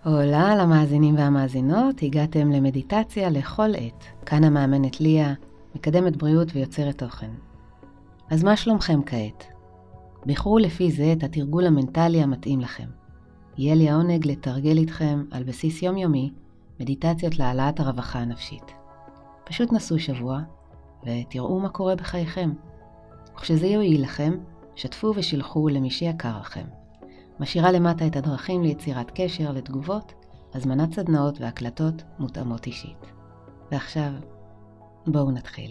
הולה למאזינים והמאזינות, הגעתם למדיטציה לכל עת. כאן המאמנת ליה, מקדמת בריאות ויוצרת תוכן. אז מה שלומכם כעת? בחרו לפי זה את התרגול המנטלי המתאים לכם. יהיה לי העונג לתרגל איתכם על בסיס יומיומי מדיטציות להעלאת הרווחה הנפשית. פשוט נסו שבוע ותראו מה קורה בחייכם. וכשזה יועיל לכם, שתפו ושילחו למי שיקר לכם. משאירה למטה את הדרכים ליצירת קשר, לתגובות, הזמנת סדנאות והקלטות מותאמות אישית. ועכשיו, בואו נתחיל.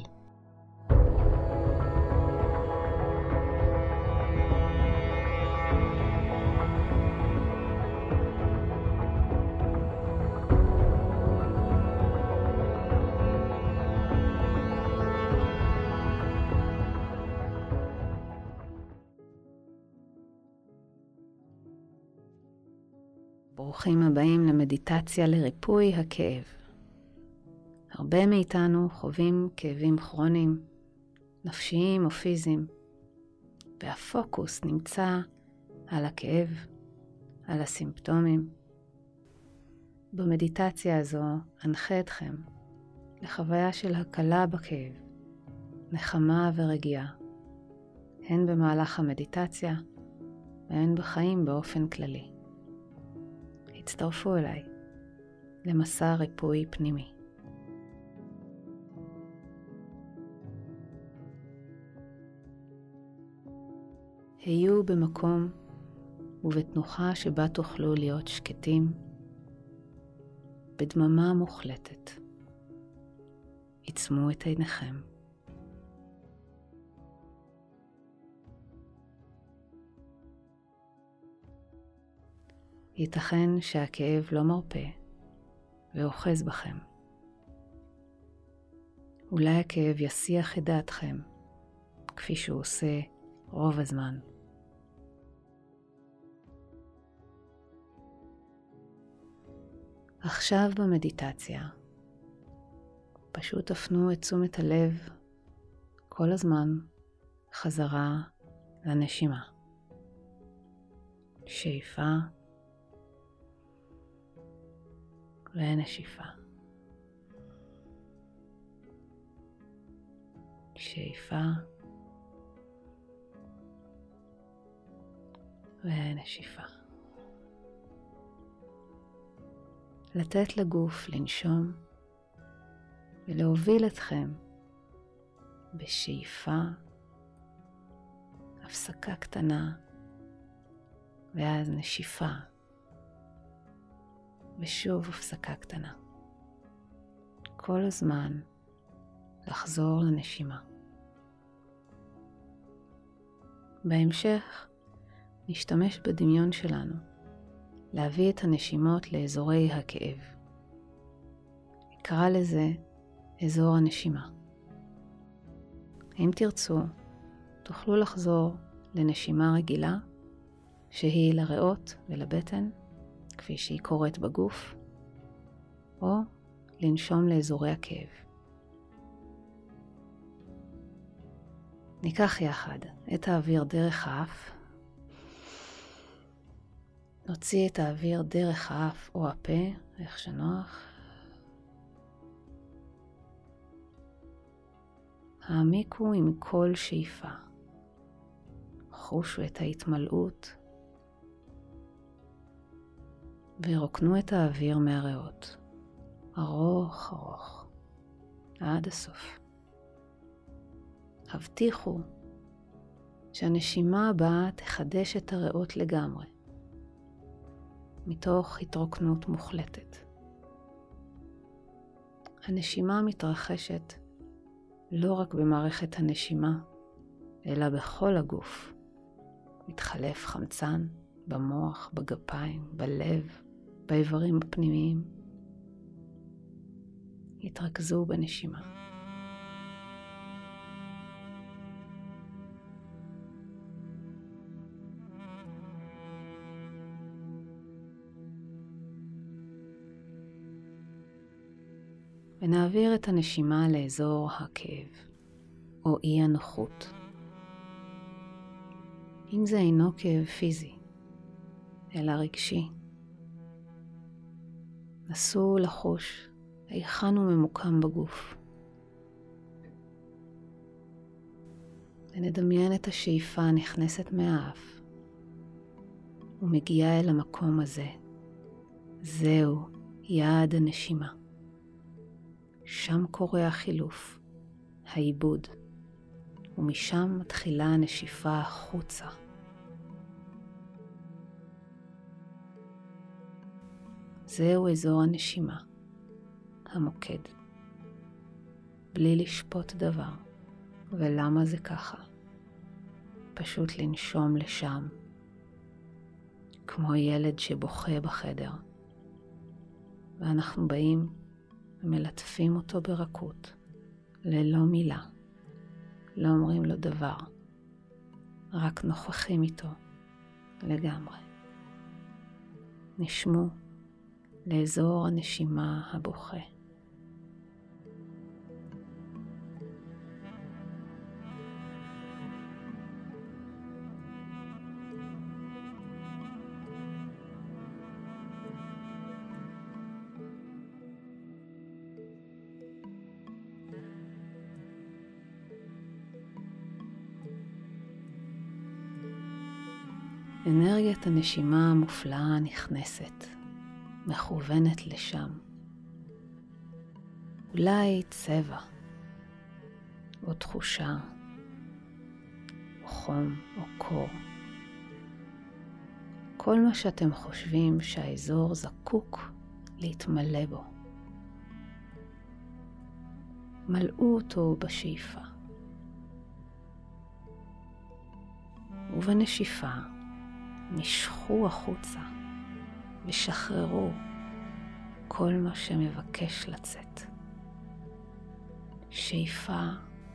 ברוכים הבאים למדיטציה לריפוי הכאב. הרבה מאיתנו חווים כאבים כרוניים, נפשיים או פיזיים, והפוקוס נמצא על הכאב, על הסימפטומים. במדיטציה הזו אנחה אתכם לחוויה של הקלה בכאב, נחמה ורגיעה, הן במהלך המדיטציה והן בחיים באופן כללי. הצטרפו אליי למסע ריפוי פנימי. היו במקום ובתנוחה שבה תוכלו להיות שקטים, בדממה מוחלטת. עצמו את עיניכם. ייתכן שהכאב לא מרפא ואוחז בכם. אולי הכאב יסיח את דעתכם, כפי שהוא עושה רוב הזמן. עכשיו במדיטציה, פשוט תפנו את תשומת הלב כל הזמן חזרה לנשימה. שאיפה ונשיפה. שאיפה ונשיפה. לתת לגוף לנשום ולהוביל אתכם בשאיפה, הפסקה קטנה, ואז נשיפה. ושוב הפסקה קטנה. כל הזמן לחזור לנשימה. בהמשך נשתמש בדמיון שלנו להביא את הנשימות לאזורי הכאב. נקרא לזה אזור הנשימה. אם תרצו, תוכלו לחזור לנשימה רגילה שהיא לריאות ולבטן, כפי שהיא קורית בגוף, או לנשום לאזורי הכאב. ניקח יחד את האוויר דרך האף, נוציא את האוויר דרך האף או הפה, איך שנוח. העמיקו עם כל שאיפה. חושו את ההתמלאות ורוקנו את האוויר מהריאות, ארוך ארוך, עד הסוף. הבטיחו שהנשימה הבאה תחדש את הריאות לגמרי, מתוך התרוקנות מוחלטת. הנשימה מתרחשת לא רק במערכת הנשימה, אלא בכל הגוף. מתחלף חמצן במוח, בגפיים, בלב, באיברים הפנימיים. התרכזו בנשימה. ונעביר את הנשימה לאזור הכאב או אי הנוחות. אם זה אינו כאב פיזי, אלא רגשי, נסו לחוש היכן הוא ממוקם בגוף. ונדמיין את השאיפה נכנסת מהאף ומגיעה אל המקום הזה. זהו יעד הנשימה. שם קורה החילוף, העיבוד, ומשם מתחילה הנשיפה החוצה. זהו אזור הנשימה, המוקד. בלי לשפוט דבר, ולמה זה ככה. פשוט לנשום לשם, כמו ילד שבוכה בחדר. ואנחנו באים ומלטפים אותו ברכות, ללא מילה. לא אומרים לו דבר, רק נוכחים איתו לגמרי. נשמו לאזור הנשימה הבוכה. אנרגיית הנשימה המופלאה נכנסת, מכוונת לשם. אולי צבע, או תחושה, או חום, או קור. כל מה שאתם חושבים שהאזור זקוק להתמלא בו. מלאו אותו בשאיפה. ובנשיפה, משכו החוצה ושחררו כל מה שמבקש לצאת. שאיפה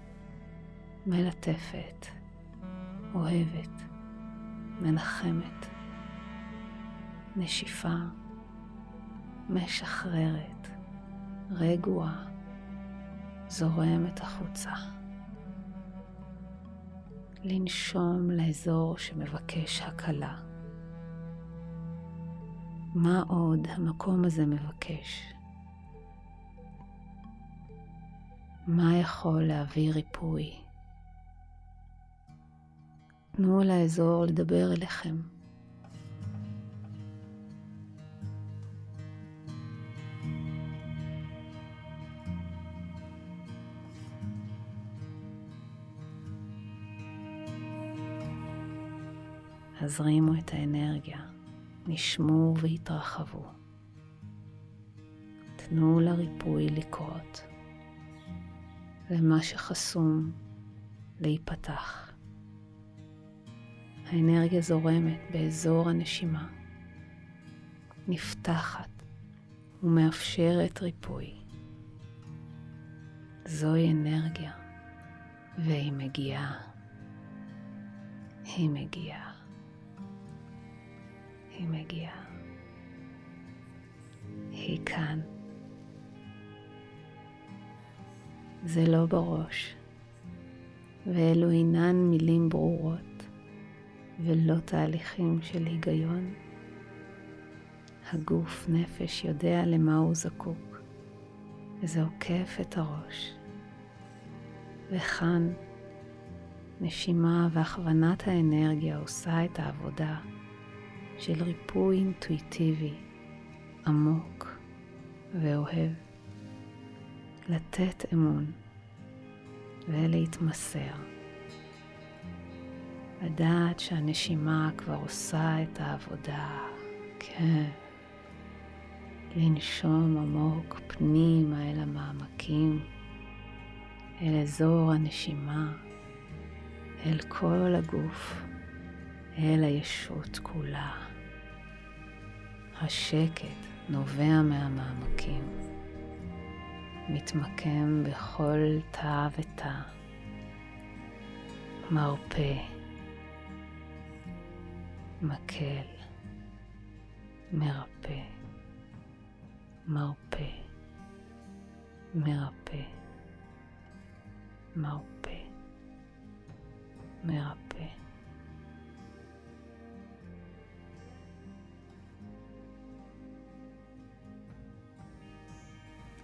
מלטפת, אוהבת, מנחמת. נשיפה משחררת, רגועה, זורמת החוצה. לנשום לאזור שמבקש הקלה. מה עוד המקום הזה מבקש? מה יכול להביא ריפוי? תנו לאזור לדבר אליכם. הזרימו את האנרגיה, נשמו והתרחבו. תנו לריפוי לקרות, למה שחסום להיפתח. האנרגיה זורמת באזור הנשימה, נפתחת ומאפשרת ריפוי. זוהי אנרגיה, והיא מגיעה. היא מגיעה. היא מגיעה. היא כאן. זה לא בראש, ואלו אינן מילים ברורות, ולא תהליכים של היגיון. הגוף נפש יודע למה הוא זקוק, וזה עוקף את הראש. וכאן נשימה והכוונת האנרגיה עושה את העבודה של ריפוי אינטואיטיבי, עמוק ואוהב. לתת אמון ולהתמסר. לדעת שהנשימה כבר עושה את העבודה. כן. לנשום עמוק פנימה אל המעמקים, אל אזור הנשימה, אל כל הגוף, אל הישות כולה. השקט נובע מהמעמקים, מתמקם בכל תא ותא, מרפא, מקל, מרפא, מרפא, מרפא, מרפא, מרפא.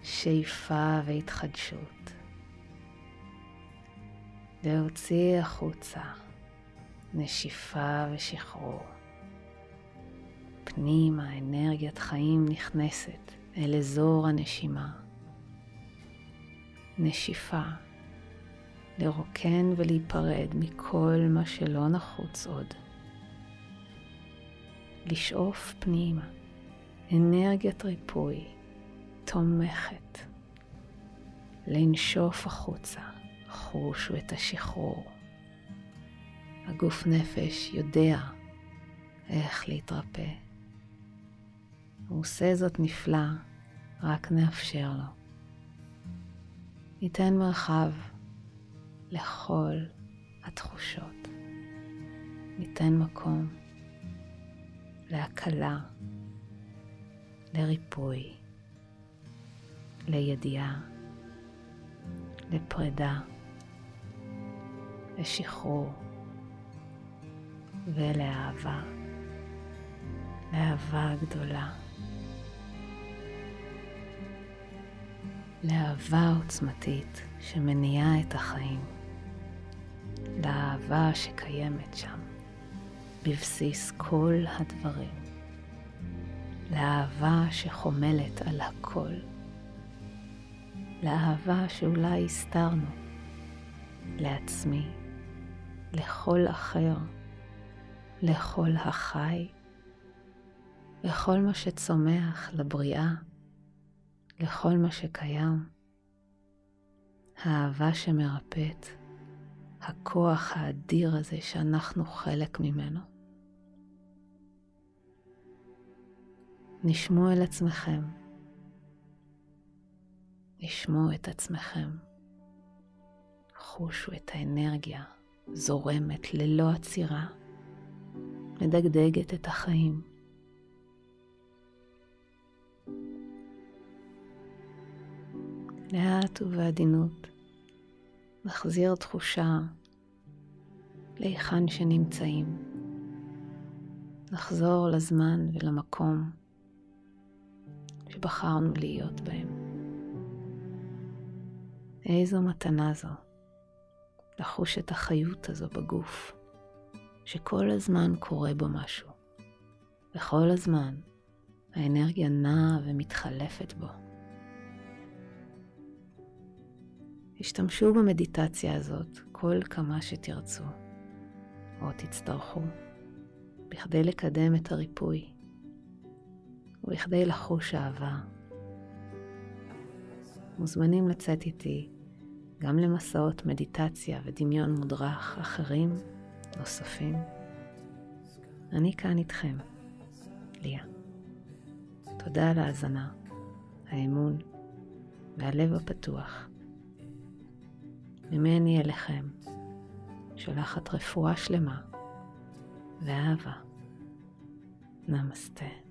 שאיפה והתחדשות. להוציא החוצה, נשיפה ושחרור. פנימה אנרגיית חיים נכנסת אל אזור הנשימה. נשיפה, לרוקן ולהיפרד מכל מה שלא נחוץ עוד. לשאוף פנימה, אנרגיית ריפוי, תומכת. לנשוף החוצה, חושו את השחרור. הגוף נפש יודע איך להתרפא. הוא עושה זאת נפלא, רק נאפשר לו. ניתן מרחב לכל התחושות. ניתן מקום להקלה, לריפוי, לידיעה, לפרידה, לשחרור ולאהבה, לאהבה גדולה, לאהבה עוצמתית שמניעה את החיים, לאהבה שקיימת שם, בבסיס כל הדברים, לאהבה שחומלת על הכל, לאהבה שאולי הסתרנו, לעצמי, לכל אחר, לכל החי, לכל מה שצומח, לבריאה, לכל מה שקיים. האהבה שמרפאת, הכוח האדיר הזה שאנחנו חלק ממנו. נשמו אל עצמכם, נשמו את עצמכם, חושו את האנרגיה זורמת ללא עצירה, מדגדגת את החיים. לאט ובעדינות נחזיר תחושה להיכן שנמצאים. נחזור לזמן ולמקום שבחרנו להיות בהם. איזו מתנה זו, לחוש את החיות הזו בגוף, שכל הזמן קורה בו משהו, וכל הזמן האנרגיה נעה ומתחלפת בו. השתמשו במדיטציה הזאת כל כמה שתרצו, או תצטרכו, בכדי לקדם את הריפוי, ובכדי לחוש אהבה. מוזמנים לצאת איתי גם למסעות מדיטציה ודמיון מודרך אחרים נוספים. אני כאן איתכם, ליה. תודה על ההאזנה, האמון והלב הפתוח. ממני אליכם, שולחת רפואה שלמה ואהבה. נמסטה.